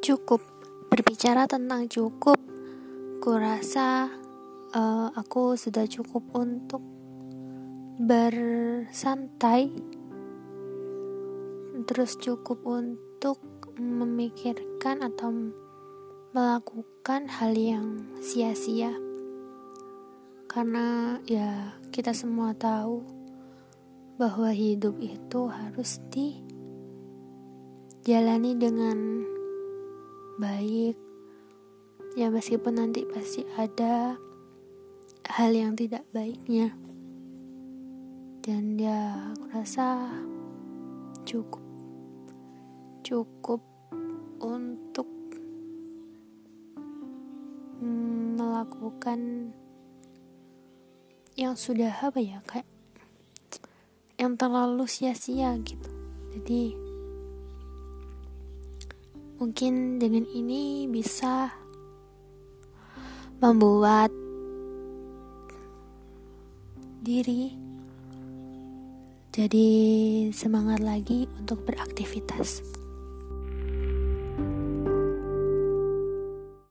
Cukup. Berbicara tentang cukup, kurasa aku sudah cukup untuk bersantai, terus cukup untuk memikirkan atau melakukan hal yang sia-sia. Karena ya kita semua tahu bahwa hidup itu harus dijalani dengan baik. Ya meskipun nanti pasti ada hal yang tidak baiknya. Dan ya aku rasa cukup untuk melakukan yang sudah kayak yang terlalu sia-sia gitu. Jadi mungkin dengan ini bisa membuat diri jadi semangat lagi untuk beraktivitas.